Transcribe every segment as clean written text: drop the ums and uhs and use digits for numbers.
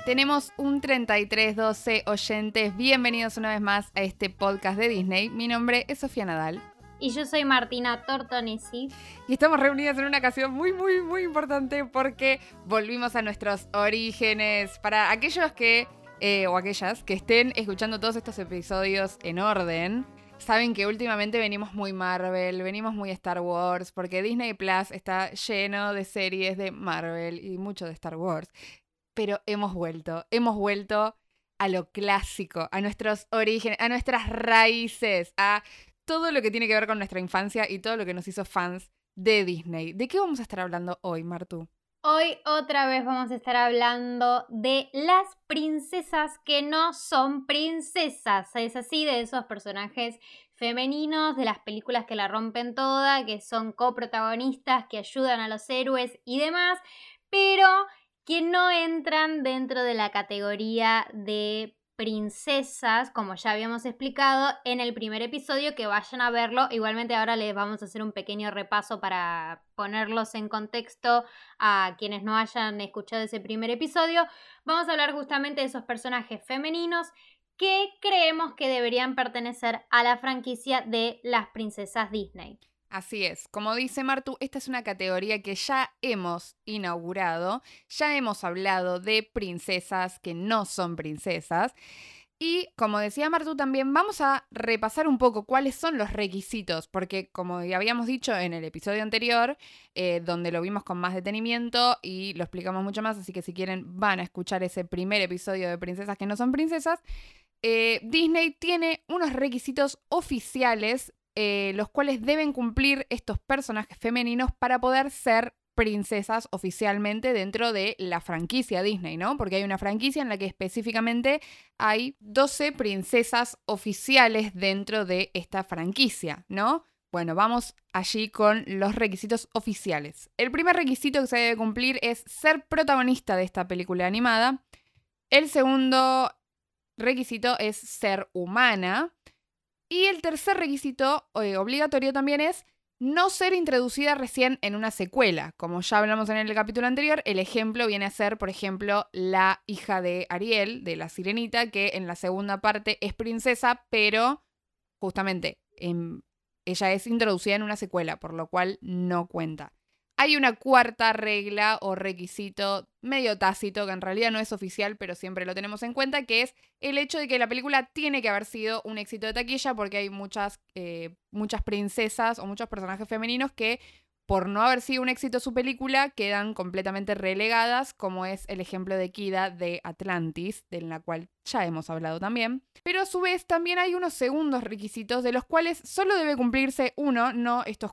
Tenemos un 3312 oyentes. Bienvenidos una vez más a este podcast de Disney. Mi nombre es Sofía Nadal. Y yo soy Martina Tortonesi. Y estamos reunidas en una ocasión muy importante porque volvimos a nuestros orígenes. Para aquellos que, o aquellas que estén escuchando todos estos episodios en orden, saben que últimamente venimos muy Marvel, venimos muy Star Wars, porque Disney Plus está lleno de series de Marvel y mucho de Star Wars. Pero hemos vuelto a lo clásico, a nuestros orígenes, a nuestras raíces, a todo lo que tiene que ver con nuestra infancia y todo lo que nos hizo fans de Disney. ¿De qué vamos a estar hablando hoy, Martu? Hoy otra vez vamos a estar hablando de las princesas que no son princesas. Es así, de esos personajes femeninos de las películas que la rompen toda, que son coprotagonistas, que ayudan a los héroes y demás, pero que no entran dentro de la categoría de princesas, como ya habíamos explicado en el primer episodio, que vayan a verlo. Igualmente ahora les vamos a hacer un pequeño repaso para ponerlos en contexto a quienes no hayan escuchado ese primer episodio. Vamos a hablar justamente de esos personajes femeninos que creemos que deberían pertenecer a la franquicia de las princesas Disney. Así es, como dice Martu, esta es una categoría que ya hemos inaugurado, ya hemos hablado de princesas que no son princesas y como decía Martu también vamos a repasar un poco cuáles son los requisitos, porque como ya habíamos dicho en el episodio anterior, donde lo vimos con más detenimiento y lo explicamos mucho más, así que si quieren van a escuchar ese primer episodio de princesas que no son princesas, Disney tiene unos requisitos oficiales los cuales deben cumplir estos personajes femeninos para poder ser princesas oficialmente dentro de la franquicia Disney, ¿no? Porque hay una franquicia en la que específicamente hay 12 princesas oficiales dentro de esta franquicia, ¿no? Bueno, vamos allí con los requisitos oficiales. El primer requisito que se debe cumplir es ser protagonista de esta película animada. El segundo requisito es ser humana. Y el tercer requisito obligatorio también es no ser introducida recién en una secuela. Como ya hablamos en el capítulo anterior, el ejemplo viene a ser, por ejemplo, la hija de Ariel, de la Sirenita, que en la segunda parte es princesa, pero justamente ella es introducida en una secuela, por lo cual no cuenta. Hay una cuarta regla o requisito medio tácito, que en realidad no es oficial, pero siempre lo tenemos en cuenta, que es el hecho de que la película tiene que haber sido un éxito de taquilla porque hay muchas princesas o muchos personajes femeninos que, por no haber sido un éxito su película, quedan completamente relegadas, como es el ejemplo de Kida de Atlantis, de la cual ya hemos hablado también. Pero a su vez también hay unos segundos requisitos de los cuales solo debe cumplirse uno, no estos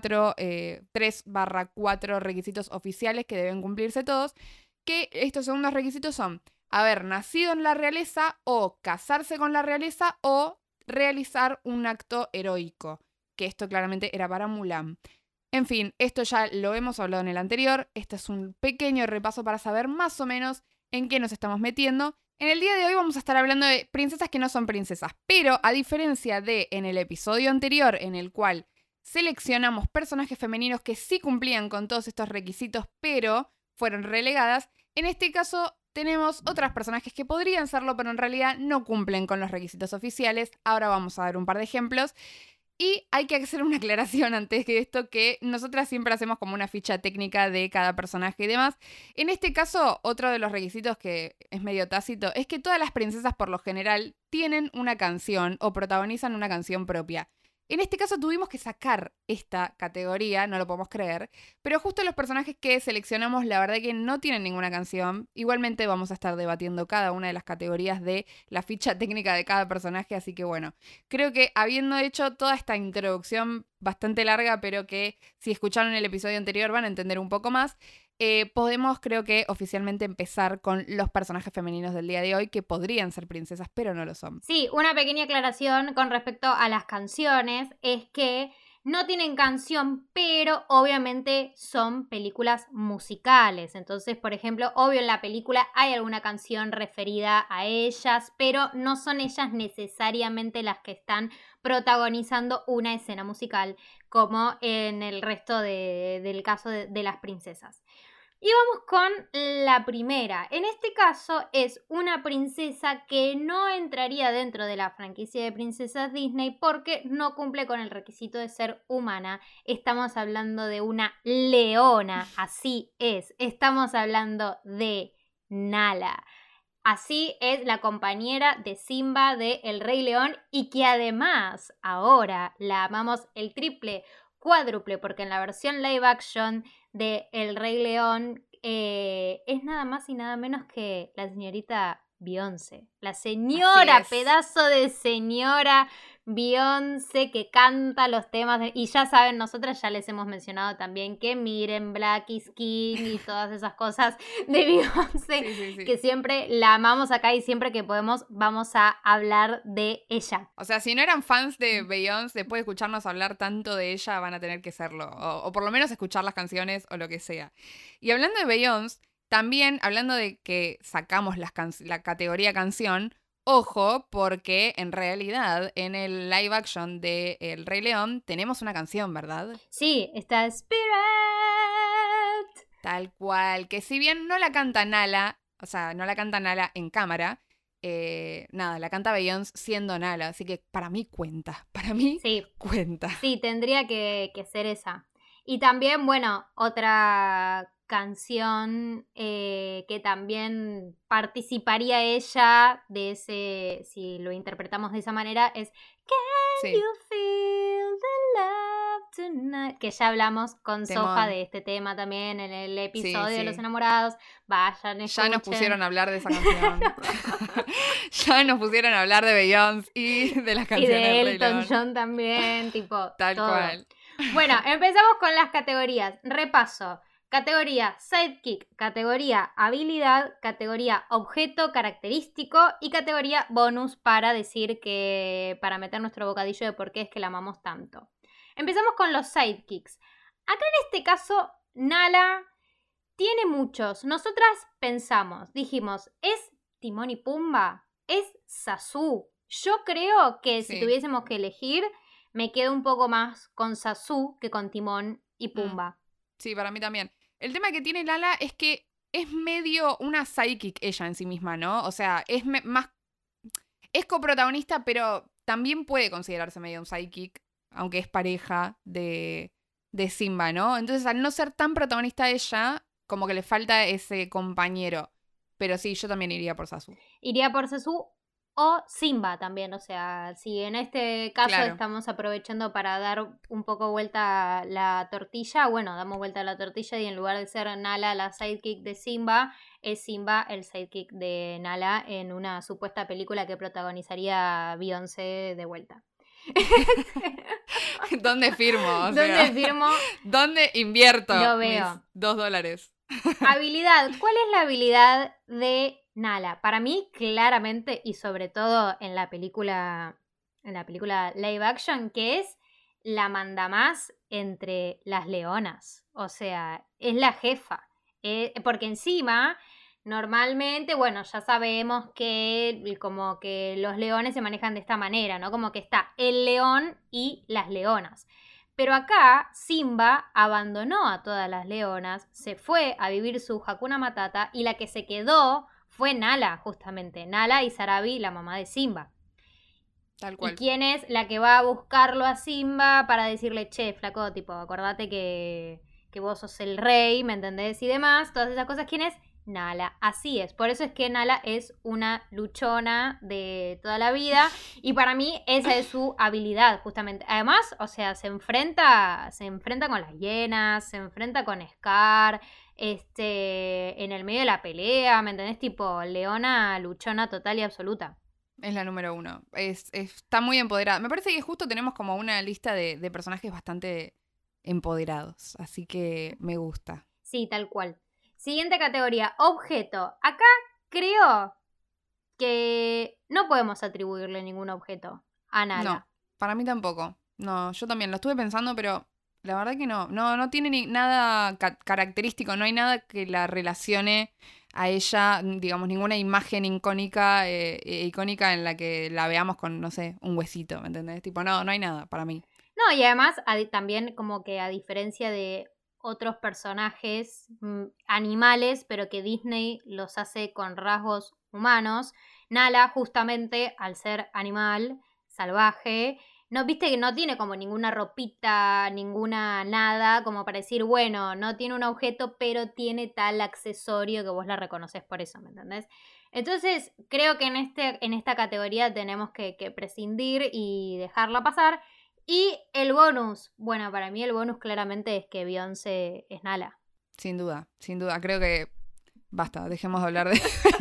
3/4 requisitos oficiales que deben cumplirse todos, que estos segundos requisitos son haber nacido en la realeza o casarse con la realeza o realizar un acto heroico, que esto claramente era para Mulan. En fin, esto ya lo hemos hablado en el anterior, este es un pequeño repaso para saber más o menos en qué nos estamos metiendo. En el día de hoy vamos a estar hablando de princesas que no son princesas, pero a diferencia de en el episodio anterior en el cual seleccionamos personajes femeninos que sí cumplían con todos estos requisitos, pero fueron relegadas, en este caso tenemos otros personajes que podrían serlo, pero en realidad no cumplen con los requisitos oficiales. Ahora vamos a dar un par de ejemplos. Y hay que hacer una aclaración antes de esto, que nosotras siempre hacemos como una ficha técnica de cada personaje y demás. En este caso, otro de los requisitos que es medio tácito es que todas las princesas por lo general tienen una canción o protagonizan una canción propia. En este caso tuvimos que sacar esta categoría, no lo podemos creer, pero justo los personajes que seleccionamos la verdad que no tienen ninguna canción. Igualmente vamos a estar debatiendo cada una de las categorías de la ficha técnica de cada personaje, así que bueno, creo que habiendo hecho toda esta introducción bastante larga, pero que si escucharon el episodio anterior van a entender un poco más, podemos, creo que, oficialmente empezar con los personajes femeninos del día de hoy que podrían ser princesas, pero no lo son. Sí, una pequeña aclaración con respecto a las canciones es que no tienen canción, pero obviamente son películas musicales. Entonces, por ejemplo, obvio en la película hay alguna canción referida a ellas, pero no son ellas necesariamente las que están protagonizando una escena musical, como en el resto del caso de las princesas. Y vamos con la primera. En este caso es una princesa que no entraría dentro de la franquicia de princesas Disney porque no cumple con el requisito de ser humana. Estamos hablando de una leona, así es. Estamos hablando de Nala. Así es la compañera de Simba de El Rey León y que además ahora la amamos el triple, cuádruple, porque en la versión live action de El Rey León es nada más y nada menos que la señorita Beyoncé. La señora, pedazo de señora Beyoncé que canta los temas. Y ya saben, nosotras ya les hemos mencionado también que miren Black is King y todas esas cosas de Beyoncé, que siempre la amamos acá y siempre que podemos vamos a hablar de ella. O sea, si no eran fans de Beyoncé, después de escucharnos hablar tanto de ella, van a tener que serlo. O por lo menos escuchar las canciones o lo que sea. Y hablando de Beyoncé, también hablando de que sacamos la categoría canción, ojo, porque en realidad en el live action de El Rey León tenemos una canción, ¿verdad? Sí, está Spirit. Tal cual, que si bien no la canta Nala, o sea, no la canta Nala en cámara, nada, la canta Beyoncé siendo Nala, así que para mí cuenta, cuenta. Sí, tendría que ser esa. Y también, bueno, otra canción que también participaría ella de ese, si lo interpretamos de esa manera, es Can You Feel the Love Tonight, que ya hablamos con Soja de este tema también en el episodio de Los Enamorados. Vayan, escuchen. Ya nos pusieron a hablar de esa canción. Ya nos pusieron a hablar de Beyoncé y de las canciones y de del Elton Rey León. John también, tipo tal todo. Cual. Bueno, empezamos con las categorías. Repaso. Categoría sidekick, categoría habilidad, categoría objeto característico y categoría bonus para decir que, para meter nuestro bocadillo de por qué es que la amamos tanto. Empezamos con los sidekicks. Acá en este caso, Nala tiene muchos. Nosotras pensamos, dijimos, ¿es Timón y Pumba? ¿Es Sasu? Yo creo que si tuviésemos que elegir, me quedo un poco más con Sasu que con Timón y Pumba. Sí, para mí también. El tema que tiene Nala es que es medio una sidekick ella en sí misma, ¿no? O sea, es más... Es coprotagonista, pero también puede considerarse medio un sidekick, aunque es pareja de Simba, ¿no? Entonces, al no ser tan protagonista ella, como que le falta ese compañero. Pero sí, yo también iría por Sasu. Iría por Sasu o Simba también, o sea, si en este caso estamos aprovechando para dar un poco vuelta la tortilla, bueno, damos vuelta a la tortilla y en lugar de ser Nala la sidekick de Simba, es Simba el sidekick de Nala en una supuesta película que protagonizaría Beyoncé de vuelta. ¿Dónde firmo? ¿Dónde firmo? ¿Dónde invierto? Lo veo. Mis $2. Habilidad. ¿Cuál es la habilidad de Nala? Para mí, claramente, y sobre todo en la película live action, que es la mandamás entre las leonas. O sea, es la jefa. Porque encima, normalmente, bueno, ya sabemos que como que los leones se manejan de esta manera, ¿no? Como que está el león y las leonas. Pero acá Simba abandonó a todas las leonas, se fue a vivir su Hakuna Matata y la que se quedó fue Nala, justamente. Nala y Sarabi, la mamá de Simba. Tal cual. ¿Y quién es la que va a buscarlo a Simba para decirle, che, flaco, tipo, acordate que vos sos el rey, ¿me entendés? Y demás, todas esas cosas. ¿Quién es? Nala, así es. Por eso es que Nala es una luchona de toda la vida y para mí esa es su habilidad, justamente. Además, o sea, se enfrenta con las hienas, se enfrenta con Scar, en el medio de la pelea, ¿me entendés? Tipo, leona, luchona total y absoluta. Es la número 1. Está muy empoderada. Me parece que justo tenemos como una lista de personajes bastante empoderados, así que me gusta. Sí, tal cual. Siguiente categoría, objeto. Acá creo que no podemos atribuirle ningún objeto a Nala. No, para mí tampoco. No, yo también lo estuve pensando, pero la verdad que no. No tiene nada característico, no hay nada que la relacione a ella, digamos, ninguna imagen icónica en la que la veamos con, no sé, un huesito, ¿me entendés? Tipo, no hay nada para mí. No, y además también como que a diferencia de otros personajes animales, pero que Disney los hace con rasgos humanos. Nala, justamente, al ser animal, salvaje, no, viste que no tiene como ninguna ropita, ninguna nada, como para decir, bueno, no tiene un objeto, pero tiene tal accesorio que vos la reconoces por eso, ¿me entendés? Entonces, creo que en esta categoría tenemos que prescindir y dejarla pasar. Y el bonus, bueno, para mí el bonus claramente es que Beyoncé es Nala. Sin duda, creo que basta, dejemos de hablar de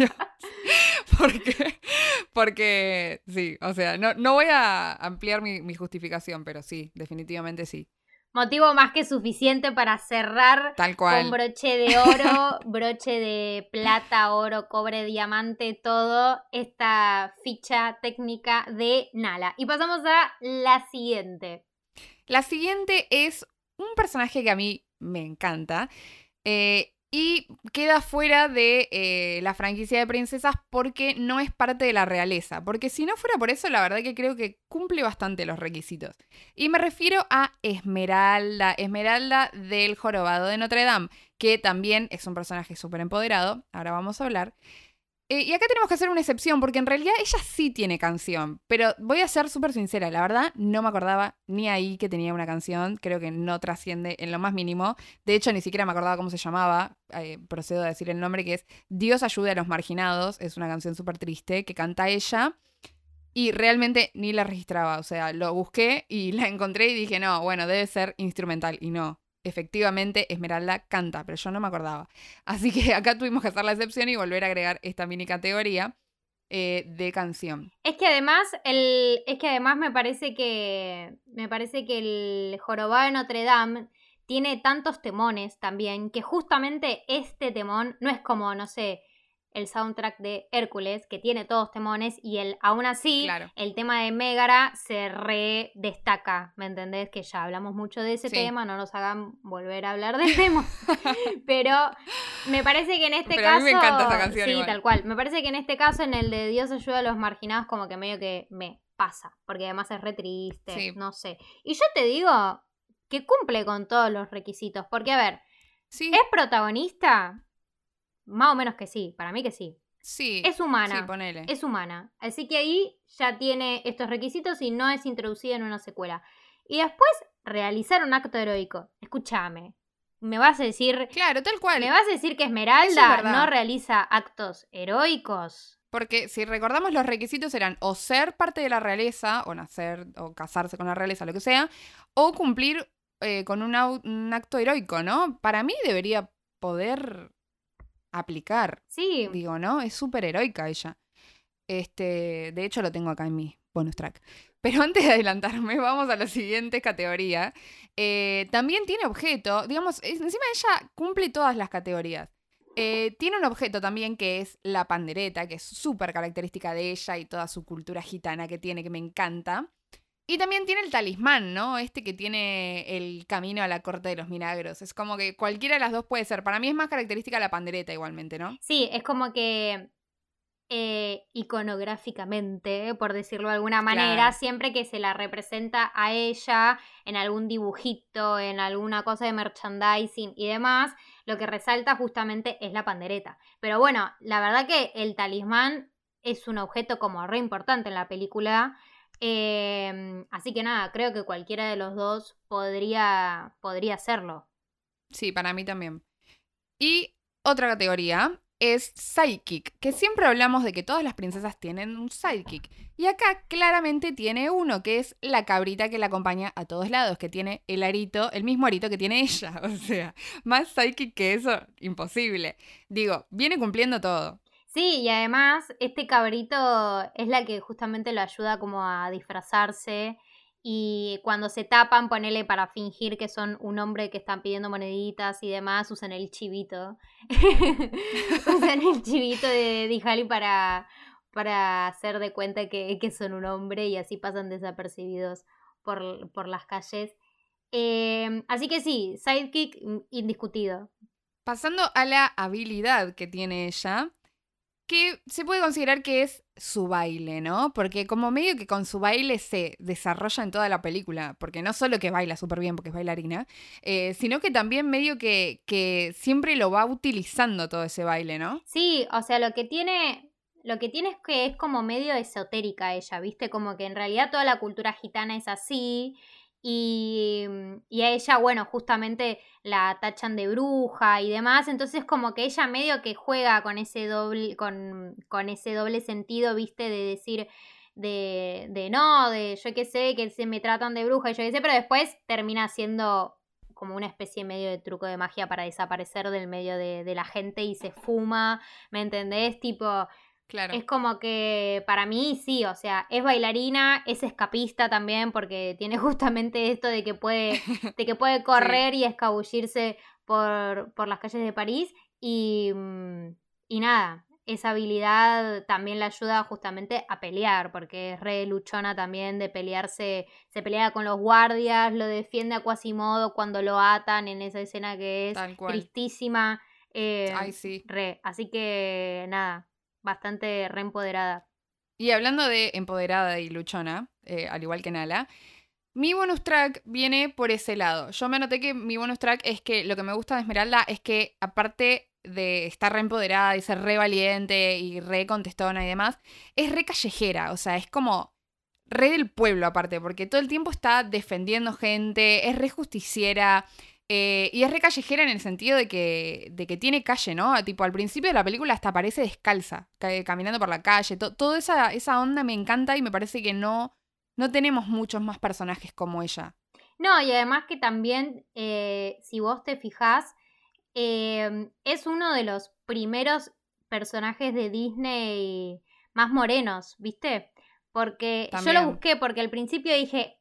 porque sí, o sea, no voy a ampliar mi justificación, pero sí, definitivamente sí. Motivo más que suficiente para cerrar Tal cual. con broche de oro, broche de plata, oro, cobre, diamante, todo esta ficha técnica de Nala. Y pasamos a la siguiente. La siguiente es un personaje que a mí me encanta y queda fuera de la franquicia de princesas porque no es parte de la realeza. Porque si no fuera por eso, la verdad que creo que cumple bastante los requisitos. Y me refiero a Esmeralda del Jorobado de Notre Dame, que también es un personaje súper empoderado, ahora vamos a hablar. Y acá tenemos que hacer una excepción, porque en realidad ella sí tiene canción, pero voy a ser súper sincera, la verdad no me acordaba ni ahí que tenía una canción, creo que no trasciende en lo más mínimo, de hecho ni siquiera me acordaba cómo se llamaba, procedo a decir el nombre, que es Dios ayude a los marginados, es una canción súper triste que canta ella, y realmente ni la registraba, o sea, lo busqué y la encontré y dije, no, bueno, debe ser instrumental, y no. Efectivamente, Esmeralda canta, pero yo no me acordaba. Así que acá tuvimos que hacer la excepción y volver a agregar esta mini categoría de canción. Es que además me parece que el Jorobado de Notre Dame tiene tantos temones también que justamente este temón no es como, no sé, el soundtrack de Hércules, que tiene todos temones, y aún así, claro, el tema de Mégara se re destaca, ¿me entendés? Que ya hablamos mucho de ese tema, no nos hagan volver a hablar del tema. Pero me parece que en este caso... a mí me encanta esa canción. Sí, igual. Tal cual. Me parece que en este caso, en el de Dios ayuda a los marginados, como que medio que me pasa, porque además es re triste, no sé. Y yo te digo que cumple con todos los requisitos, porque a ver, ¿es protagonista? Más o menos que sí, para mí que sí. Sí. Es humana. Sí, ponele. Es humana. Así que ahí ya tiene estos requisitos y no es introducida en una secuela. Y después, realizar un acto heroico. Escúchame. ¿Me vas a decir... Claro, tal cual. ¿Me vas a decir que Esmeralda no realiza actos heroicos? Porque si recordamos, los requisitos eran o ser parte de la realeza, o nacer, o casarse con la realeza, lo que sea, o cumplir con un acto heroico, ¿no? Para mí debería poder aplicar. Sí. Digo, ¿no? Es súper heroica ella. De hecho, lo tengo acá en mi bonus track. Pero antes de adelantarme, vamos a la siguiente categoría. También tiene objeto. Digamos, encima ella cumple todas las categorías. Tiene un objeto también que es la pandereta, que es súper característica de ella y toda su cultura gitana que tiene, que me encanta. Y también tiene el talismán, ¿no? Que tiene el camino a la corte de los milagros. Es como que cualquiera de las dos puede ser. Para mí es más característica la pandereta igualmente, ¿no? Sí, es como que iconográficamente, por decirlo de alguna manera, claro. Siempre que se la representa a ella en algún dibujito, en alguna cosa de merchandising y demás, lo que resalta justamente es la pandereta. Pero bueno, la verdad que el talismán es un objeto como re importante en la película. Así que nada, creo que cualquiera de los dos podría hacerlo. Sí, para mí también. Y otra categoría es sidekick, que siempre hablamos de que todas las princesas tienen un sidekick. Y acá claramente tiene uno, que es la cabrita que la acompaña a todos lados, que tiene el arito, el mismo arito que tiene ella. O sea, más sidekick que eso, imposible. Digo, viene cumpliendo todo. Sí, y además este cabrito es la que justamente lo ayuda como a disfrazarse y cuando se tapan, ponele para fingir que son un hombre que están pidiendo moneditas y demás, usan el chivito. Usan el chivito de Dijali para hacer de cuenta que son un hombre y así pasan desapercibidos por las calles. Así que sí, sidekick indiscutido. Pasando a la habilidad que tiene ella, que se puede considerar que es su baile, ¿no? Porque como medio que con su baile se desarrolla en toda la película, porque no solo que baila súper bien porque es bailarina, sino que también medio que siempre lo va utilizando todo ese baile, ¿no? Sí, o sea, lo que tiene es que es como medio esotérica ella, ¿viste? Como que en realidad toda la cultura gitana es así y a ella, bueno, justamente la tachan de bruja y demás, entonces como que ella medio que juega con ese con ese doble sentido, ¿viste? De decir, de no, de yo qué sé, que se me tratan de bruja y yo qué sé, pero después termina siendo como una especie medio de truco de magia para desaparecer del medio de la gente y se fuma, ¿me entendés? Tipo, Claro. es como que para mí sí, o sea, es bailarina, es escapista también porque tiene justamente esto de que puede Sí. correr y escabullirse por las calles de París y nada, esa habilidad también la ayuda justamente a pelear porque es re luchona también de pelearse, se pelea con los guardias, lo defiende a Quasimodo cuando lo atan en esa escena que es Tal cual. tristísima, Ay, sí. así que nada, bastante reempoderada. Y hablando de empoderada y luchona, al igual que Nala, mi bonus track viene por ese lado. Yo me anoté que mi bonus track es que lo que me gusta de Esmeralda es que, aparte de estar re empoderada y ser re valiente y re contestona y demás, es re callejera. O sea, es como re del pueblo, aparte, porque todo el tiempo está defendiendo gente, es re justiciera. Y es re callejera en el sentido de que tiene calle, ¿no? Tipo, al principio de la película hasta aparece descalza, caminando por la calle. Toda esa onda me encanta y me parece que no tenemos muchos más personajes como ella. No, y además que también, si vos te fijás, es uno de los primeros personajes de Disney más morenos, ¿viste? Porque yo lo También, busqué porque al principio dije,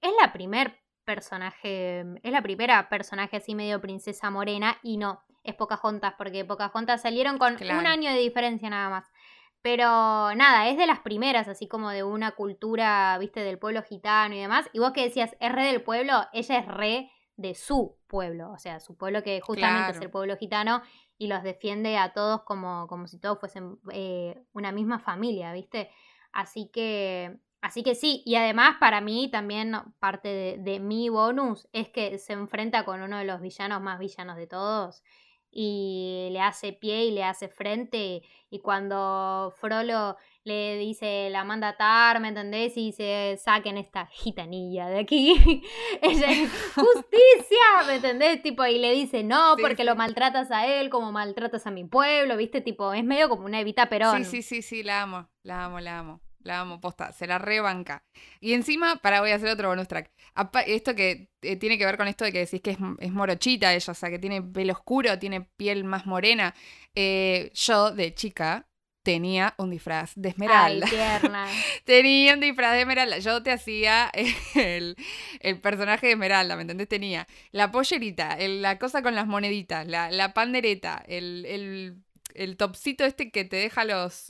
es la primera personaje así medio princesa morena y no, es Pocahontas porque Pocahontas salieron con un claro. año de diferencia nada más. Pero nada, es de las primeras, así como de una cultura, viste, del pueblo gitano y demás. Y vos que decías, es re del pueblo, ella es re de su pueblo, o sea, su pueblo que justamente es Claro. el pueblo gitano y los defiende a todos como si todos fuesen una misma familia, ¿viste? Así que sí, y además para mí también parte de mi bonus es que se enfrenta con uno de los villanos más villanos de todos y le hace pie y le hace frente y cuando Frollo le dice, la manda a atar, ¿me entendés? Y dice, saquen esta gitanilla de aquí. Ella es, justicia, ¿me entendés? Tipo, y le dice, no, Sí, porque lo sí. maltratas a él como maltratas a mi pueblo, ¿viste? Tipo, es medio como una Evita Sí, Perón. sí, sí, sí, la amo, la amo, la amo. La amo, posta, se la rebanca. Y encima, voy a hacer otro bonus track. Esto que tiene que ver con esto de que decís que es morochita ella, o sea, que tiene pelo oscuro, tiene piel más morena. Yo, de chica, tenía un disfraz de Ay, Esmeralda. tierna. Tenía un disfraz de Esmeralda. Yo te hacía el, el personaje de Esmeralda, ¿me entendés? Tenía la pollerita, la cosa con las moneditas, la pandereta, el topsito este que te deja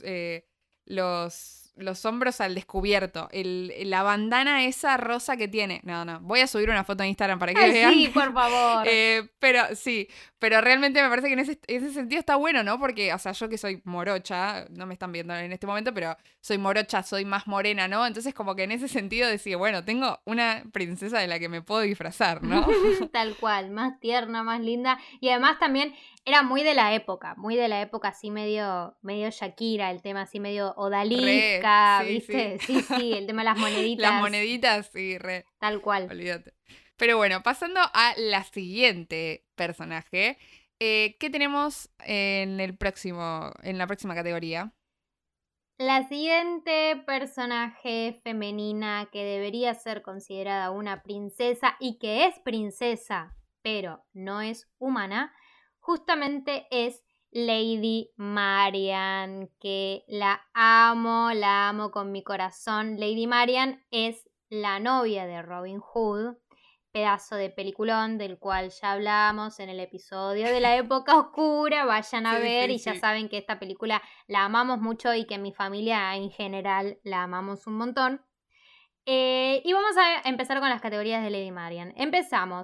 los hombros al descubierto, la bandana esa rosa que tiene. No, no, voy a subir una foto en Instagram para que Ay, vean. sí, por favor. Pero sí, pero realmente me parece que en ese sentido está bueno, ¿no? Porque, o sea, yo que soy morocha, no me están viendo en este momento, pero soy morocha, soy más morena, ¿no? Entonces como que en ese sentido decía, bueno, tengo una princesa de la que me puedo disfrazar, ¿no? Tal cual, más tierna, más linda. Y además también era muy de la época así medio Shakira, el tema así medio Re, odalisca, sí, sí. ¿viste? Sí, sí, el tema de las Las moneditas, moneditas, sí, re. tal cual. Olvídate. Pero bueno, pasando a la siguiente personaje, ¿qué tenemos en la próxima categoría? La siguiente personaje femenina que debería ser considerada una princesa y que es princesa, pero no es humana, justamente es Lady Marian, que la amo con mi corazón. Lady Marian es la novia de Robin Hood, pedazo de peliculón del cual ya hablamos en el episodio de la época oscura, vayan a Sí, ver sí, y ya sí. saben que esta película la amamos mucho y que mi familia en general la amamos un montón. Y vamos a empezar con las categorías de Lady Marian. Empezamos.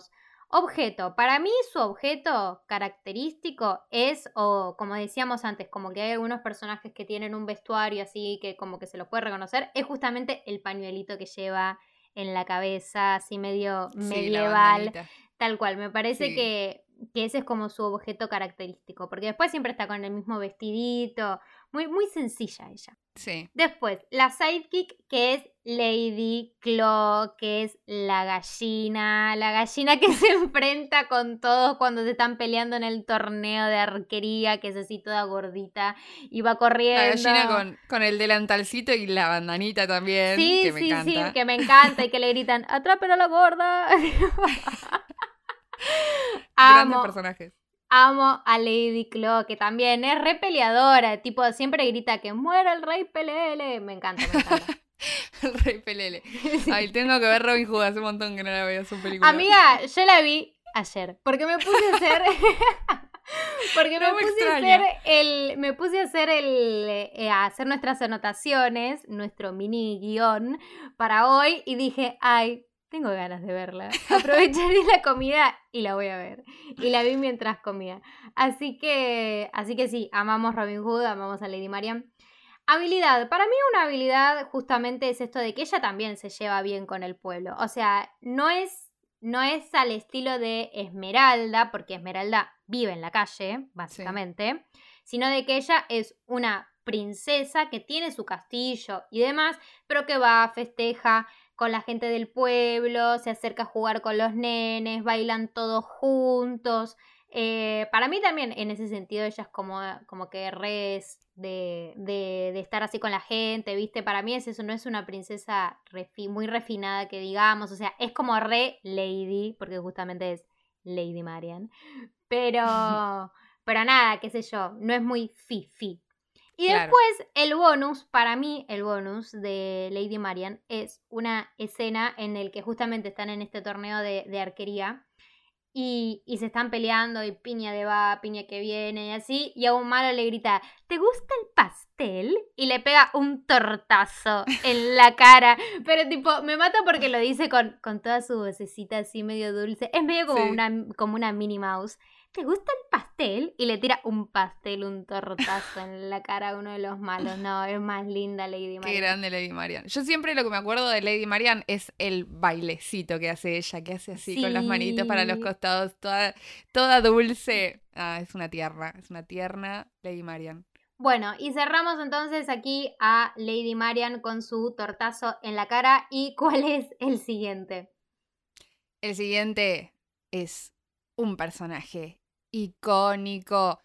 Objeto. Para mí su objeto característico es, o como decíamos antes, como que hay algunos personajes que tienen un vestuario así que como que se los puede reconocer, es justamente el pañuelito que lleva en la cabeza, así medio medieval, tal cual. Me parece que ese es como su objeto característico, porque después siempre está con el mismo vestidito, muy, muy sencilla ella. Sí. Después, la sidekick, que es Lady Claw, que es la gallina que se enfrenta con todos cuando se están peleando en el torneo de arquería, que es así toda gordita y va corriendo. La gallina con el delantalcito y la bandanita también, sí, que me encanta. Sí, que me encanta y que le gritan, ¡atrápelo a la gorda! Grandes personajes. Amo a Lady Claw, que también es re peleadora, tipo siempre grita que muera el rey Pelele. Me encanta. El rey Pelele. Sí. Ay, tengo que ver Robin Hood, hace un montón que no la veo, su película. Amiga, yo la vi ayer, porque me puse a hacer... me puse a hacer nuestras anotaciones, nuestro mini guión para hoy y dije, ay, tengo ganas de verla. Aprovecharé la comida y la voy a ver. Y la vi mientras comía. Así que sí, amamos Robin Hood, amamos a Lady Marian. Habilidad. Para mí una habilidad justamente es esto de que ella también se lleva bien con el pueblo. O sea, no es al estilo de Esmeralda, porque Esmeralda vive en la calle, básicamente, sino de que ella es una princesa que tiene su castillo y demás, pero que va, festeja con la gente del pueblo, se acerca a jugar con los nenes, bailan todos juntos. Para mí también en ese sentido ella es como que res de estar así con la gente, ¿viste? Para mí es eso, no es una princesa muy refinada que digamos, o sea, es como re lady, porque justamente es Lady Marian, pero nada, qué sé yo, no es muy fifi. Y después el bonus, para mí el bonus de Lady Marian es una escena en el que justamente están en este torneo de arquería y se están peleando y piña de va, piña que viene y así, y a un malo le grita, ¿te gusta el pastel? Y le pega un tortazo en la cara, pero tipo, me mata porque lo dice con toda su vocecita así medio dulce, es medio como una Minnie Mouse. ¿Te gusta el pastel? Y le tira un tortazo en la cara a uno de los malos. No, es más linda Lady Marian. Qué grande Lady Marian. Yo siempre lo que me acuerdo de Lady Marian es el bailecito que hace ella, que hace así con las manitos para los costados, toda dulce. Ah, es una tierna Lady Marian. Bueno, y cerramos entonces aquí a Lady Marian con su tortazo en la cara. ¿Y cuál es el siguiente? El siguiente es un personaje icónico.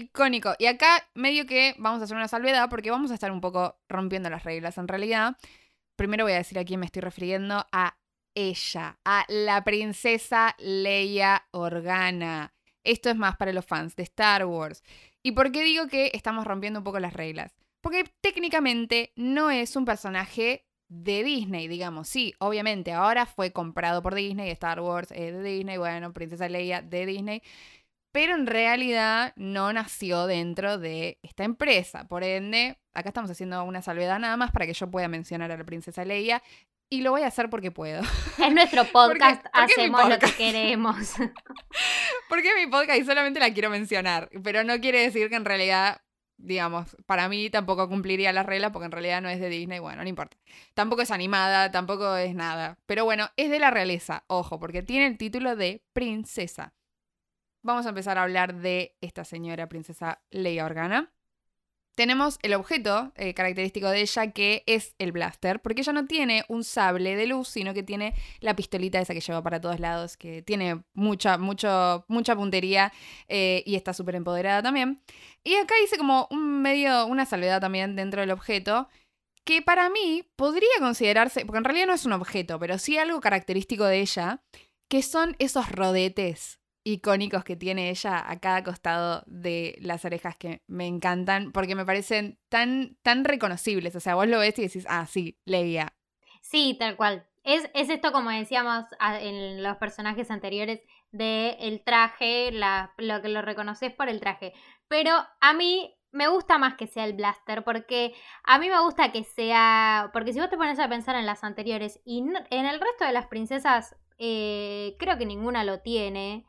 Y acá medio que vamos a hacer una salvedad porque vamos a estar un poco rompiendo las reglas. En realidad, primero voy a decir a quién me estoy refiriendo, a ella, a la princesa Leia Organa. Esto es más para los fans de Star Wars. ¿Y por qué digo que estamos rompiendo un poco las reglas? Porque técnicamente no es un personaje de Disney, digamos. Sí, obviamente, ahora fue comprado por Disney, Star Wars de Disney, bueno, Princesa Leia de Disney, pero en realidad no nació dentro de esta empresa. Por ende, acá estamos haciendo una salvedad nada más para que yo pueda mencionar a la Princesa Leia, y lo voy a hacer porque puedo. Es nuestro podcast, hacemos lo que queremos. Porque es mi podcast y solamente la quiero mencionar, pero no quiere decir que en realidad, digamos, para mí tampoco cumpliría las reglas porque en realidad no es de Disney, bueno, no importa. Tampoco es animada, tampoco es nada. Pero bueno, es de la realeza, ojo, porque tiene el título de princesa. Vamos a empezar a hablar de esta señora princesa Leia Organa. Tenemos el objeto característico de ella, que es el blaster, porque ella no tiene un sable de luz, sino que tiene la pistolita esa que lleva para todos lados, que tiene mucha puntería y está súper empoderada también. Y acá hice como una salvedad también dentro del objeto, que para mí podría considerarse, porque en realidad no es un objeto, pero sí algo característico de ella, que son esos rodetes icónicos que tiene ella a cada costado de las orejas, que me encantan porque me parecen tan reconocibles. O sea, vos lo ves y decís, ah, sí, Leia. Sí, tal cual. Es esto, como decíamos en los personajes anteriores, del traje, lo que lo reconoces por el traje. Pero a mí me gusta más que sea el blaster, porque a mí me gusta que sea... Porque si vos te pones a pensar en las anteriores y en el resto de las princesas creo que ninguna lo tiene.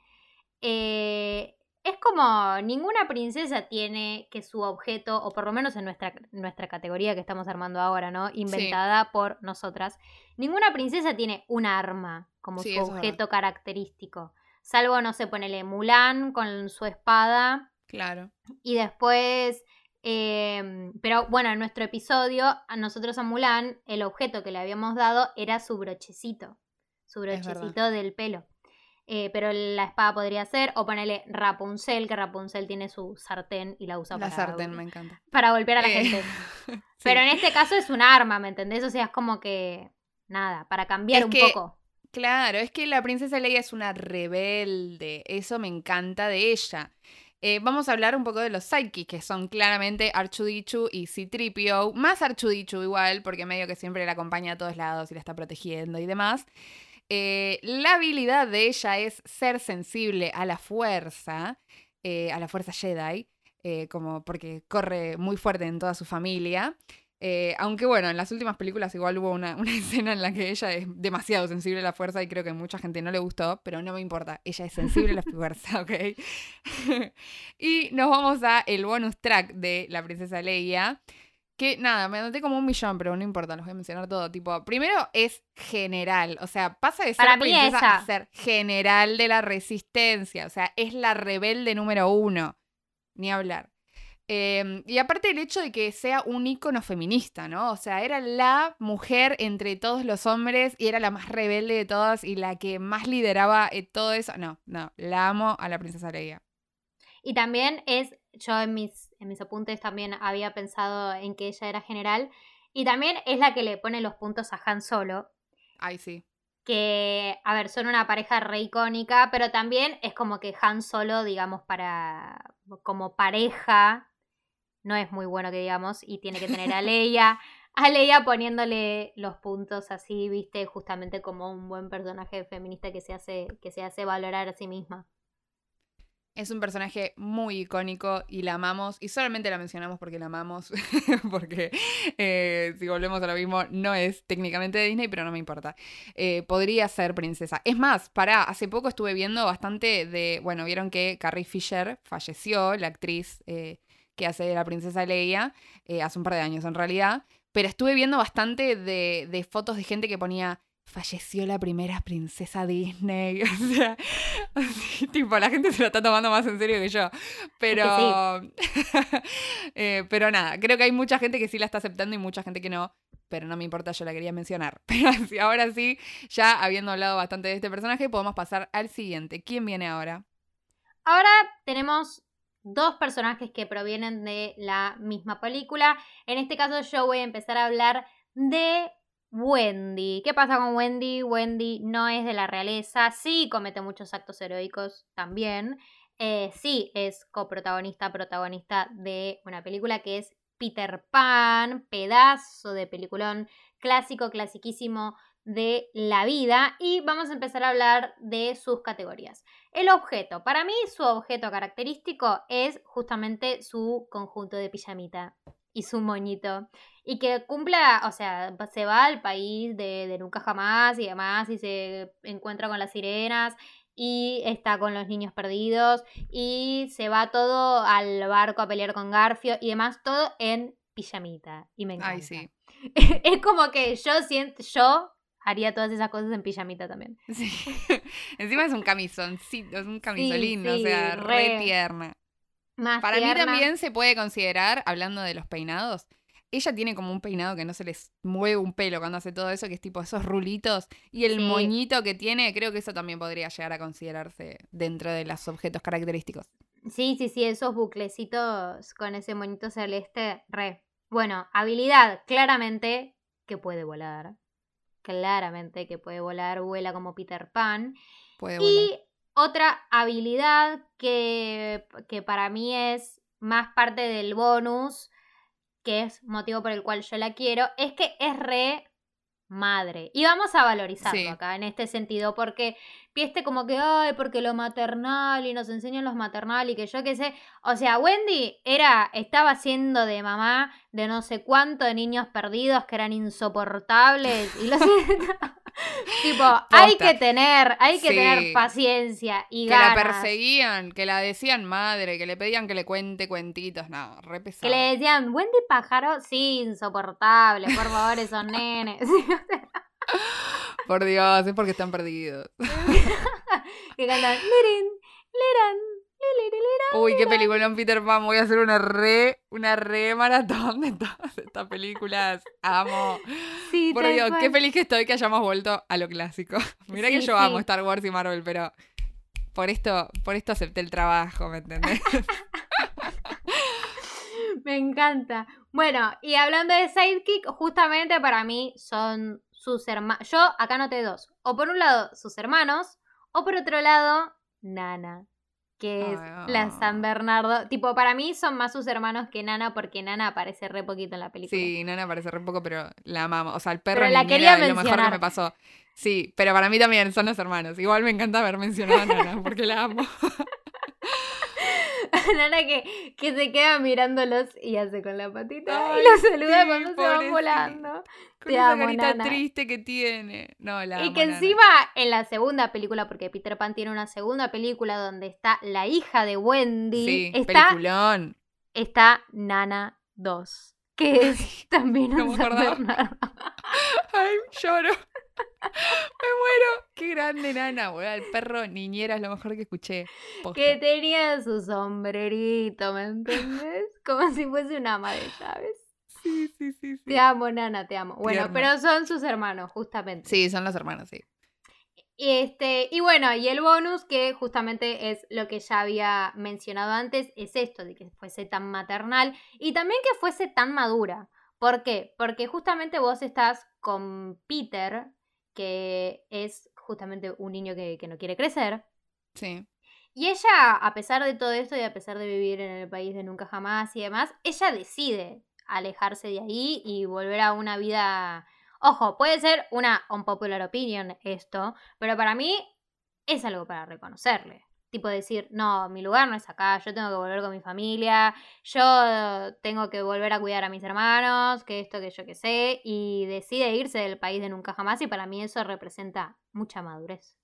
Es como ninguna princesa tiene que su objeto, o por lo menos en nuestra categoría que estamos armando ahora, ¿no? Inventada por nosotras. Ninguna princesa tiene un arma como Sí, su eso es objeto característico. Salvo, no sé, ponele Mulan con su espada. Claro. Y después, pero bueno, en nuestro episodio, a nosotros a Mulan, el objeto que le habíamos dado era su brochecito del pelo. Pero la espada podría ser, o ponerle Rapunzel, que Rapunzel tiene su sartén y la usa La sartén, me encanta. para golpear a la gente. Sí. Pero en este caso es un arma, ¿me entendés? O sea, es como que, nada, para cambiar poco. Claro, es que la princesa Leia es una rebelde, eso me encanta de ella. Vamos a hablar un poco de los sidekicks, que son claramente R2-D2 y C-3PO, más R2-D2 igual, porque medio que siempre la acompaña a todos lados y la está protegiendo y demás. La habilidad de ella es ser sensible a la fuerza Jedi, como porque corre muy fuerte en toda su familia. Aunque bueno, en las últimas películas igual hubo una escena en la que ella es demasiado sensible a la fuerza y creo que a mucha gente no le gustó, pero no me importa, ella es sensible a la fuerza, ¿ok? Y nos vamos a el bonus track de la princesa Leia, que nada, me anoté como 1.000.000, pero no importa, los voy a mencionar todo. Tipo, primero es general, o sea, pasa de ser princesa a ser general de la resistencia, o sea, es la rebelde número 1, ni hablar. Y aparte el hecho de que sea un ícono feminista, ¿no? O sea, era la mujer entre todos los hombres y era la más rebelde de todas y la que más lideraba todo eso. No, la amo a la princesa Leia. Y también yo en mis apuntes también había pensado en que ella era general, y también es la que le pone los puntos a Han Solo. Ay, sí. Que, a ver, son una pareja re icónica, pero también es como que Han Solo, digamos, como pareja, no es muy bueno que digamos, y tiene que tener a Leia poniéndole los puntos así, viste, justamente como un buen personaje feminista que se hace valorar a sí misma. Es un personaje muy icónico y la amamos, y solamente la mencionamos porque la amamos, porque si volvemos a lo mismo, no es técnicamente de Disney, pero no me importa. Podría ser princesa. Es más, hace poco estuve viendo bastante bueno, vieron que Carrie Fisher falleció, la actriz que hace de la princesa Leia, hace un par de años en realidad, pero estuve viendo bastante de fotos de gente que ponía: falleció la primera princesa Disney. O sea, así, tipo, la gente se lo está tomando más en serio que yo. Pero, pero nada, creo que hay mucha gente que sí la está aceptando y mucha gente que no. Pero no me importa, yo la quería mencionar. Pero ahora sí, ya habiendo hablado bastante de este personaje, podemos pasar al siguiente. ¿Quién viene ahora? Ahora tenemos 2 personajes que provienen de la misma película. En este caso yo voy a empezar a hablar de Wendy. ¿Qué pasa con Wendy? Wendy no es de la realeza, sí comete muchos actos heroicos también. Sí es protagonista de una película que es Peter Pan, pedazo de peliculón clásico, clasiquísimo de la vida. Y vamos a empezar a hablar de sus categorías. El objeto. Para mí su objeto característico es justamente su conjunto de pijamita y su moñito. Y que cumpla, o sea, se va al país de nunca jamás y demás, y se encuentra con las sirenas y está con los niños perdidos y se va todo al barco a pelear con Garfio y demás, todo en pijamita. Y me encanta. Ay, sí. Es como que yo haría todas esas cosas en pijamita también. Sí. Encima es un camisoncito, es un camisolín, sí, o sea, re tierna. Para mí también se puede considerar, hablando de los peinados, ella tiene como un peinado que no se les mueve un pelo cuando hace todo eso, que es tipo esos rulitos. Y el moñito que tiene, creo que eso también podría llegar a considerarse dentro de los objetos característicos. Sí, esos buclecitos con ese moñito celeste, re. Bueno, habilidad, claramente que puede volar. Claramente que puede volar, vuela como Peter Pan. Puede volar. Y otra habilidad que para mí es más parte del bonus, que es motivo por el cual yo la quiero, es que es re madre. Y vamos a valorizarlo acá en este sentido, porque viste como que, ay, porque lo maternal y nos enseñan los maternal y que yo qué sé. O sea, Wendy estaba siendo de mamá de no sé cuánto de niños perdidos que eran insoportables y los Tipo, hay Posta. que tener Sí. paciencia y Que la ganas. perseguían, que la decían madre, que le pedían que le cuente cuentitos. No, re Que pesado. le decían, Wendy Pájaro, sí, insoportable, por favor, esos nenes. Por Dios, es porque están perdidos. Que cantan, lirin, liran, liririran. Uy, qué peliculón Peter Pan. Voy a hacer una re maratón de todas estas películas. Amo. Sí, Por tal Dios, qué cual. feliz que estoy que hayamos vuelto a lo clásico. Mirá que Sí, yo amo sí. Star Wars y Marvel, pero por esto acepté el trabajo, ¿me entendés? Me encanta. Bueno, y hablando de sidekick, justamente para mí son sus hermanos. Yo acá noté dos. O por un lado, sus hermanos, o por otro lado, Nana, que es la San Ay, Bernardo. Tipo, para mí son más sus hermanos que Nana, porque Nana aparece re poquito en la película. sí, Nana parece re poco, pero la amamos. O sea, el perro Pero la quería niñera es lo mejor que me mencionar. pasó. Sí, pero para mí también son los hermanos. Igual me encanta haber mencionado a Nana, porque la amo. Nana que se queda mirándolos y hace con la patita y Ay, los saluda sí, cuando se van pobrecito. volando. Con Te esa amo, carita Nana. triste que tiene. No, la Y que amo, Nana. encima en la segunda película, porque Peter Pan tiene una segunda película donde está la hija de Wendy, Sí, peliculón. está Nana 2, que es también No un me San acordaba. Bernardo. Ay, lloro. Me muero. Qué grande, Nana, boludo. El perro niñera es lo mejor que escuché. Que Posta. tenía su sombrerito, ¿me entendés? Como si fuese una ama de llaves. Sí, sí, sí, Te sí. amo, Nana, te amo. Bueno, Tierno. pero son sus hermanos, justamente. Sí, son los hermanos, sí. Y bueno, y el bonus, que justamente es lo que ya había mencionado antes, es esto, de que fuese tan maternal y también que fuese tan madura. ¿Por qué? Porque justamente vos estás con Peter, que es justamente un niño que no quiere crecer. Sí. Y ella, a pesar de todo esto y a pesar de vivir en el país de nunca jamás y demás, ella decide alejarse de ahí y volver a una vida... Ojo, puede ser una unpopular opinion esto, pero para mí es algo para reconocerle. Tipo decir, no, mi lugar no es acá, yo tengo que volver con mi familia, yo tengo que volver a cuidar a mis hermanos, que esto, que yo que sé, y decide irse del país de nunca jamás y para mí eso representa mucha madurez.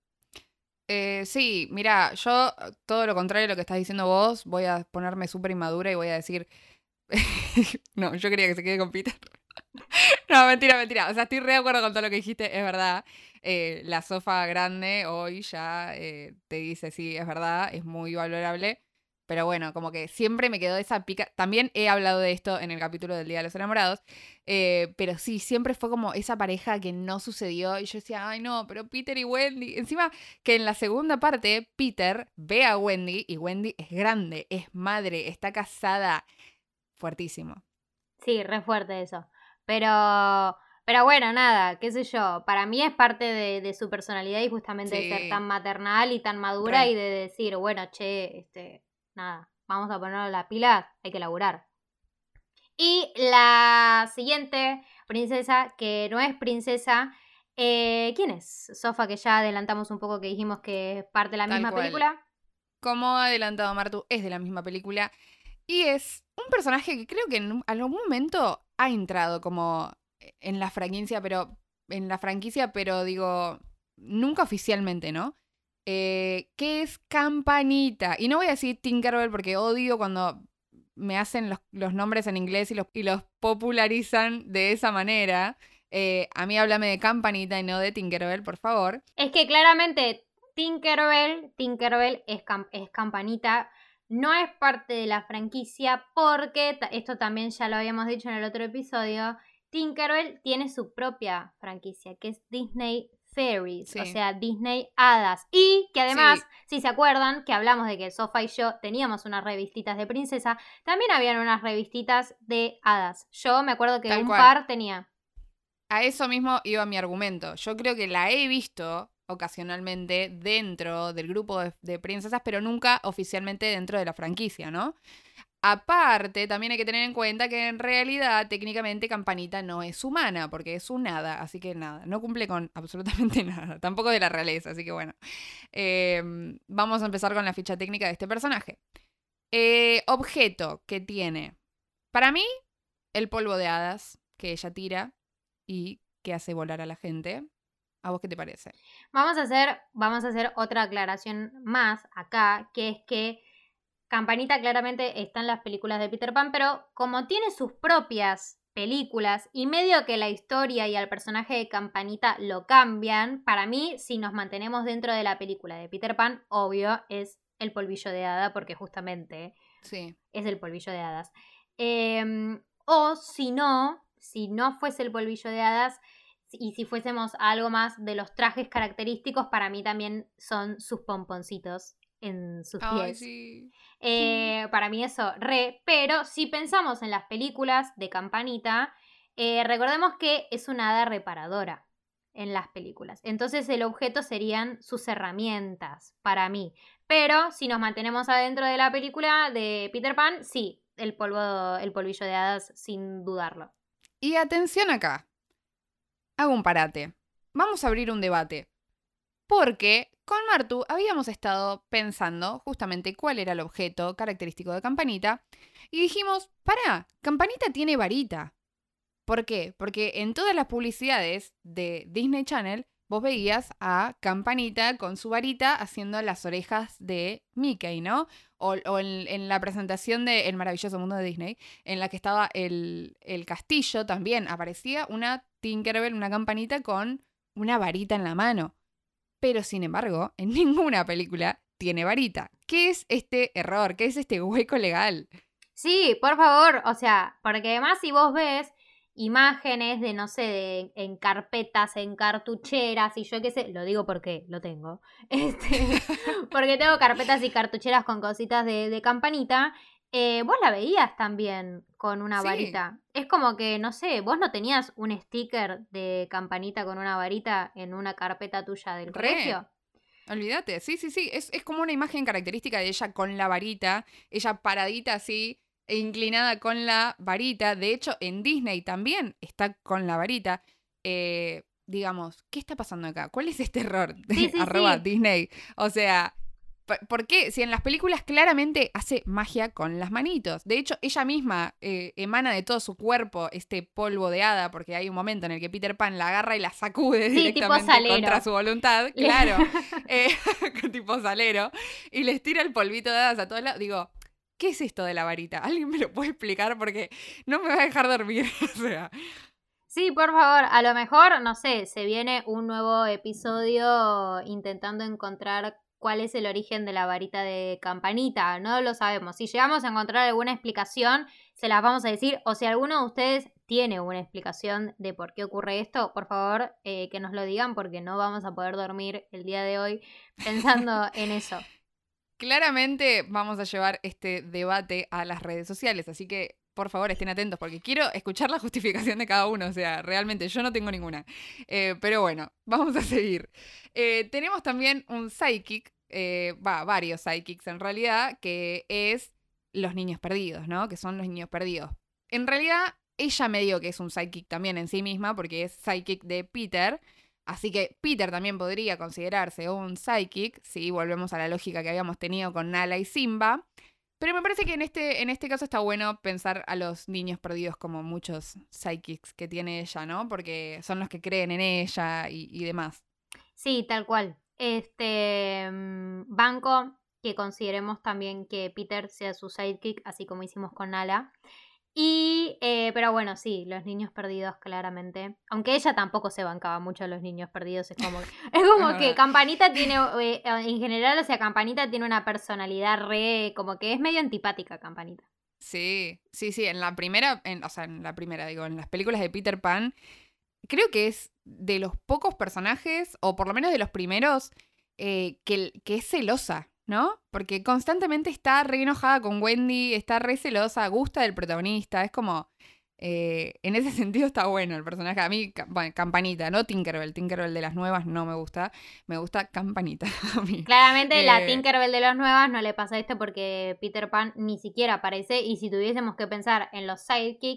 Sí, mira, yo todo lo contrario de lo que estás diciendo vos, voy a ponerme súper inmadura y voy a decir... No, yo quería que se quede con Peter. No, mentira, mentira. O sea, estoy re de acuerdo con todo lo que dijiste, es verdad. La Sofa grande hoy ya te dice, sí, es verdad, es muy valorable. Pero bueno, como que siempre me quedó esa pica. También he hablado de esto en el capítulo del Día de los Enamorados. Pero sí, siempre fue como esa pareja que no sucedió. Y yo decía, ay no, pero Peter y Wendy. Encima que en la segunda parte, Peter ve a Wendy y Wendy es grande, es madre, está casada. Fuertísimo. Sí, re fuerte eso. Pero bueno, nada, qué sé yo. Para mí es parte de su personalidad y justamente de ser tan Sí, maternal y tan madura re. y de decir, bueno, che, nada, vamos a ponernos la pila, hay que laburar. Y la siguiente princesa, que no es princesa, ¿quién es? Sofa, que ya adelantamos un poco que dijimos que es parte de la Tal misma cual. película. Como ha adelantado Martu, es de la misma película y es un personaje que creo que en algún momento ha entrado como en la franquicia, pero digo, nunca oficialmente, ¿no? Que es Campanita. Y no voy a decir Tinkerbell porque odio cuando me hacen los nombres en inglés y los popularizan de esa manera. A mí háblame de Campanita y no de Tinkerbell, por favor. Es que claramente Tinkerbell es Campanita, no es parte de la franquicia porque, esto también ya lo habíamos dicho en el otro episodio, Tinkerbell tiene su propia franquicia, que es Disney Fairies, o Sí, sea, Disney Hadas. Y que además, sí, si se acuerdan, que hablamos de que Sofa y yo teníamos unas revistitas de princesa, también habían unas revistitas de hadas. Yo me acuerdo que tal un cual. par tenía. A eso mismo iba mi argumento. Yo creo que la he visto ocasionalmente dentro del grupo de princesas, pero nunca oficialmente dentro de la franquicia, ¿no? Aparte, también hay que tener en cuenta que en realidad, técnicamente, Campanita no es humana, porque es un hada, así que nada, no cumple con absolutamente nada, tampoco de la realeza, así que bueno. Vamos a empezar con la ficha técnica de este personaje. Objeto que tiene. Para mí, el polvo de hadas que ella tira y que hace volar a la gente. ¿A vos qué te parece? Vamos a hacer otra aclaración más acá, que es que Campanita claramente está en las películas de Peter Pan, pero como tiene sus propias películas y medio que la historia y al personaje de Campanita lo cambian, para mí, si nos mantenemos dentro de la película de Peter Pan, obvio, es el polvillo de hada, porque justamente Sí. es el polvillo de hadas. O si no fuese el polvillo de hadas, y si fuésemos a algo más de los trajes característicos, para mí también son sus pomponcitos en sus Ay, pies. sí. Sí. Para mí eso, pero si pensamos en las películas de Campanita, recordemos que es una hada reparadora en las películas. Entonces el objeto serían sus herramientas, para mí. Pero si nos mantenemos adentro de la película de Peter Pan, sí, el polvillo de hadas, sin dudarlo. Y atención acá. Hago un parate. Vamos a abrir un debate. Porque con Martu habíamos estado pensando justamente cuál era el objeto característico de Campanita. Y dijimos, pará, Campanita tiene varita. ¿Por qué? Porque en todas las publicidades de Disney Channel vos veías a Campanita con su varita haciendo las orejas de Mickey, ¿no? O en la presentación de El maravilloso mundo de Disney, en la que estaba el castillo, también aparecía una Tinkerbell, una Campanita con una varita en la mano. Pero sin embargo, en ninguna película tiene varita. ¿Qué es este error? ¿Qué es este hueco legal? Sí, por favor, o sea, porque además si vos ves imágenes de, no sé, en carpetas, en cartucheras, y yo qué sé, lo digo porque lo tengo, porque tengo carpetas y cartucheras con cositas de Campanita, vos la veías también con una Sí, varita. Es como que, no sé, vos no tenías un sticker de Campanita con una varita en una carpeta tuya del re. colegio. Olvídate, sí, sí, sí. Es como una imagen característica de ella con la varita, ella paradita así, e inclinada con la varita. De hecho, en Disney también está con la varita. Digamos, ¿qué está pasando acá? ¿Cuál es este error? Sí, sí, Arroba sí. Disney. O sea, ¿por qué? Si en las películas claramente hace magia con las manitos. De hecho, ella misma emana de todo su cuerpo este polvo de hada, porque hay un momento en el que Peter Pan la agarra y la sacude Sí, tipo directamente contra salero. su voluntad, claro, eh, tipo salero, y les tira el polvito de hadas a todos lados. Digo, ¿qué es esto de la varita? ¿Alguien me lo puede explicar? Porque no me va a dejar dormir. O sea, Sí, por favor, a lo mejor, no sé, se viene un nuevo episodio intentando encontrar cuál es el origen de la varita de Campanita, no lo sabemos. Si llegamos a encontrar alguna explicación, se las vamos a decir, o si alguno de ustedes tiene una explicación de por qué ocurre esto, por favor, que nos lo digan porque no vamos a poder dormir el día de hoy pensando en eso. claramente vamos a llevar este debate a las redes sociales, así que por favor estén atentos porque quiero escuchar la justificación de cada uno, o sea, realmente yo no tengo ninguna. Pero bueno, vamos a seguir. Tenemos también un sidekick, varios sidekicks en realidad, que es los niños perdidos, ¿no? Que son los niños perdidos. En realidad, ella me dio que es un sidekick también en sí misma porque es sidekick de Peter. Así que Peter también podría considerarse un psychic, si volvemos a la lógica que habíamos tenido con Nala y Simba. Pero me parece que en este caso está bueno pensar a los niños perdidos como muchos psychics que tiene ella, ¿no? Porque son los que creen en ella y demás. Sí, tal cual. Banco que consideremos también que Peter sea su sidekick, así como hicimos con Nala. Pero bueno, sí, los niños perdidos, claramente. Aunque ella tampoco se bancaba mucho a los niños perdidos. Es como, es Es como que verdad. Campanita tiene, en general, o sea, Campanita tiene una personalidad como que es medio antipática, Campanita. Sí, sí, sí. Digo, en las películas de Peter Pan, creo que es de los pocos personajes, o por lo menos de los primeros, que es celosa, ¿no? Porque constantemente está re enojada con Wendy, está re celosa, gusta del protagonista, es como... en ese sentido está bueno el personaje. A mí, bueno, Campanita, no Tinkerbell. Tinkerbell de las nuevas no me gusta Campanita a mí. Claramente la Eh, Tinkerbell de las nuevas no le pasa esto porque Peter Pan ni siquiera aparece y si tuviésemos que pensar en los sidekicks,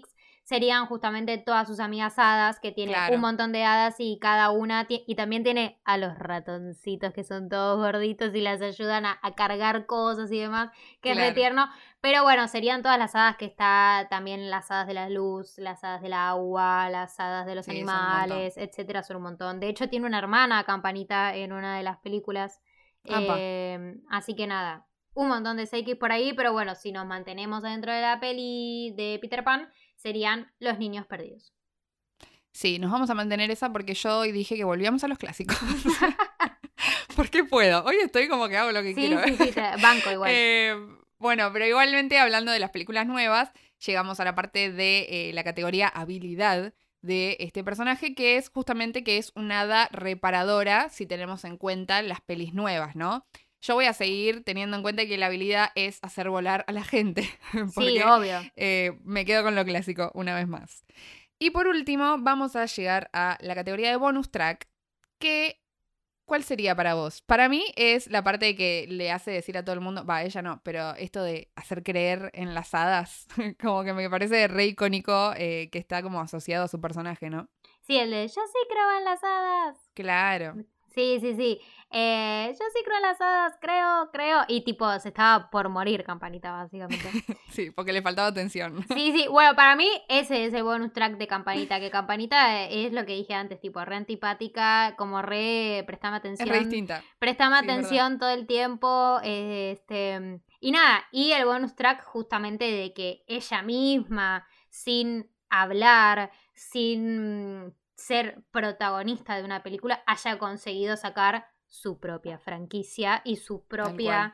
serían justamente todas sus amigas hadas, que tiene un montón de hadas y cada una, y también tiene a los ratoncitos que son todos gorditos y las ayudan a cargar cosas y demás, que es re tierno. Pero bueno, serían todas las hadas que está, también las hadas de la luz, las hadas del agua, las hadas de los animales, etcétera, son un montón. De hecho, tiene una hermana, Campanita, en una de las películas. Así que nada, un montón de Seikis por ahí, pero bueno, si nos mantenemos dentro de la peli de Peter Pan, serían los niños perdidos. Sí, nos vamos a mantener esa porque yo hoy dije que volvíamos a los clásicos. Porque puedo. Hoy estoy como que hago lo que quiero. Sí, banco igual. Bueno, pero igualmente hablando de las películas nuevas, llegamos a la parte de la categoría habilidad de este personaje, que es justamente que es una hada reparadora, si tenemos en cuenta las pelis nuevas, ¿no? Yo voy a seguir teniendo en cuenta que la habilidad es hacer volar a la gente. Porque, sí, obvio. Me quedo con lo clásico una vez más. Y por último, vamos a llegar a la categoría de bonus track, que ¿cuál sería para vos? Para mí es la parte que le hace decir a todo el mundo, ella no, pero esto de hacer creer en las hadas, como que me parece re icónico, que está como asociado a su personaje, ¿no? Sí, el de yo sí creo en las hadas. Claro. Sí. Yo sí creo en las hadas, creo. Y tipo, se estaba por morir Campanita, básicamente. Sí, porque le faltaba atención. Sí, bueno, para mí ese es el bonus track de Campanita, que Campanita es lo que dije antes, tipo, re antipática, como prestame atención. Es re distinta. Prestame atención todo el tiempo, y nada, y el bonus track justamente de que ella misma, sin hablar, sin ser protagonista de una película, haya conseguido sacar su propia franquicia y su propio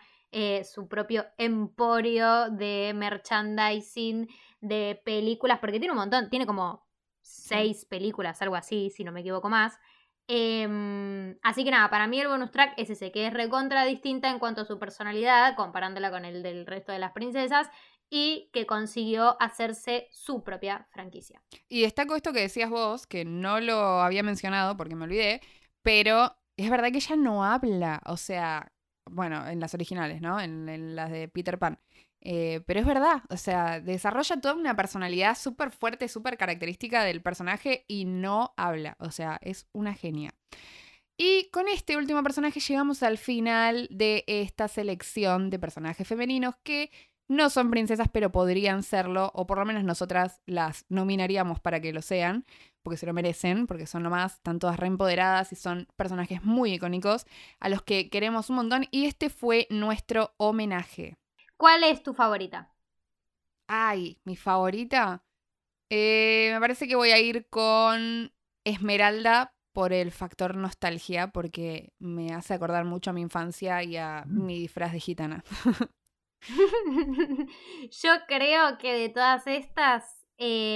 emporio de merchandising, de películas, porque tiene un montón, tiene como 6 películas, algo así, si no me equivoco más. Así que nada, para mí el bonus track es ese, que es recontra distinta en cuanto a su personalidad, comparándola con el del resto de las princesas, y que consiguió hacerse su propia franquicia. Y destaco esto que decías vos, que no lo había mencionado porque me olvidé, pero es verdad que ella no habla, o sea, bueno, en las originales, ¿no? En las de Peter Pan. Pero es verdad, o sea, desarrolla toda una personalidad súper fuerte, súper característica del personaje y no habla, o sea, es una genia. Y con este último personaje llegamos al final de esta selección de personajes femeninos que no son princesas, pero podrían serlo, o por lo menos nosotras las nominaríamos para que lo sean, porque se lo merecen, porque son nomás, están todas reempoderadas y son personajes muy icónicos a los que queremos un montón, y este fue nuestro homenaje. ¿Cuál es tu favorita? Ay, mi favorita. Me parece que voy a ir con Esmeralda por el factor nostalgia, porque me hace acordar mucho a mi infancia y a mi disfraz de gitana. Yo creo que de todas estas,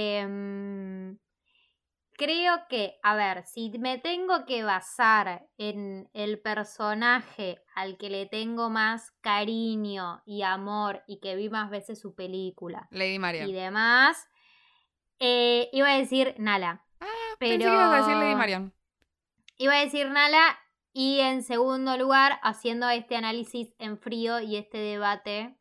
creo que, a ver, si me tengo que basar en el personaje al que le tengo más cariño y amor y que vi más veces su película Lady Marian. Y demás, iba a decir Nala. Pensé que ibas a decir Lady Marian. Iba a decir Nala, y en segundo lugar, haciendo este análisis en frío y este debate,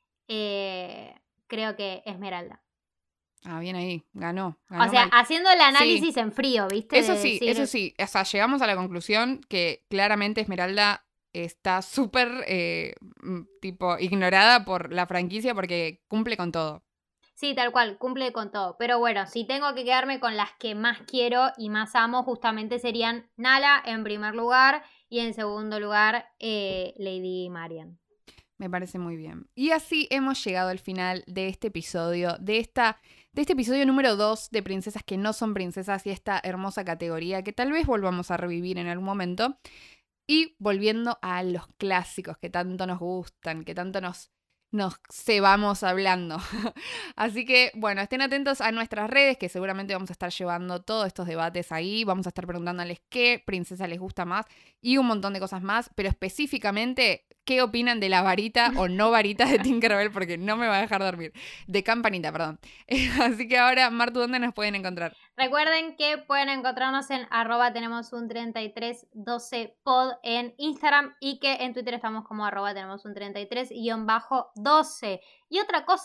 creo que Esmeralda. Bien ahí, ganó o sea, mal. Haciendo el análisis en frío, ¿viste? Eso sí. O sea, llegamos a la conclusión que claramente Esmeralda está súper tipo ignorada por la franquicia porque cumple con todo. Sí, tal cual, cumple con todo. Pero bueno, si tengo que quedarme con las que más quiero y más amo, justamente serían Nala en primer lugar y en segundo lugar Lady Marian. Me parece muy bien. Y así hemos llegado al final de este episodio, de este episodio número 2 de Princesas que no son princesas y esta hermosa categoría que tal vez volvamos a revivir en algún momento. Y volviendo a los clásicos que tanto nos gustan, que tanto nos cebamos hablando. Así que, bueno, estén atentos a nuestras redes, que seguramente vamos a estar llevando todos estos debates ahí. Vamos a estar preguntándoles qué princesa les gusta más y un montón de cosas más, pero específicamente qué opinan de la varita o no varita de Tinkerbell, porque no me va a dejar dormir. De Campanita, perdón. Así que ahora, Martu, ¿dónde nos pueden encontrar? Recuerden que pueden encontrarnos en @tenemosun3312pod en Instagram y que en Twitter estamos como @tenemosun33-12. Y otra cosa,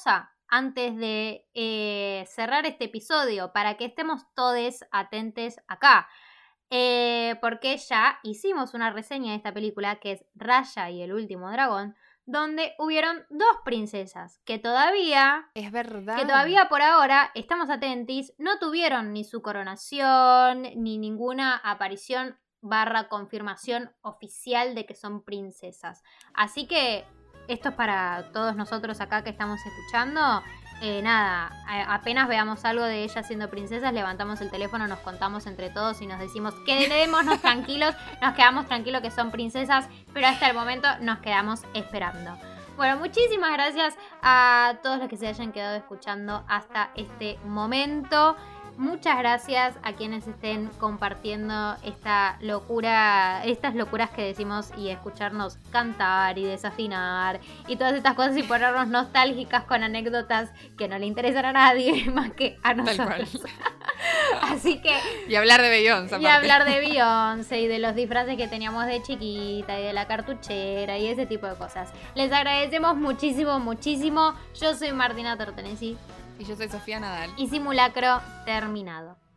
antes de cerrar este episodio, para que estemos todos atentos acá. Porque ya hicimos una reseña de esta película, que es Raya y el último dragón, donde hubieron 2 princesas que todavía... Es verdad. Que todavía por ahora, estamos atentis, no tuvieron ni su coronación, ni ninguna aparición / confirmación oficial de que son princesas. Así que esto es para todos nosotros acá que estamos escuchando. Apenas veamos algo de ellas siendo princesas, levantamos el teléfono, nos contamos entre todos y nos decimos, quedémonos tranquilos, nos quedamos tranquilos que son princesas, pero hasta el momento nos quedamos esperando. Bueno, muchísimas gracias a todos los que se hayan quedado escuchando hasta este momento. Muchas gracias a quienes estén compartiendo estas locuras que decimos y escucharnos cantar y desafinar y todas estas cosas y ponernos nostálgicas con anécdotas que no le interesan a nadie más que a nosotros. Así que... Y hablar de Beyoncé. Y hablar de Beyoncé y de los disfraces que teníamos de chiquita y de la cartuchera y ese tipo de cosas. Les agradecemos muchísimo, muchísimo. Yo soy Martina Tortenesi. Y yo soy Sofía Nadal. Y simulacro terminado.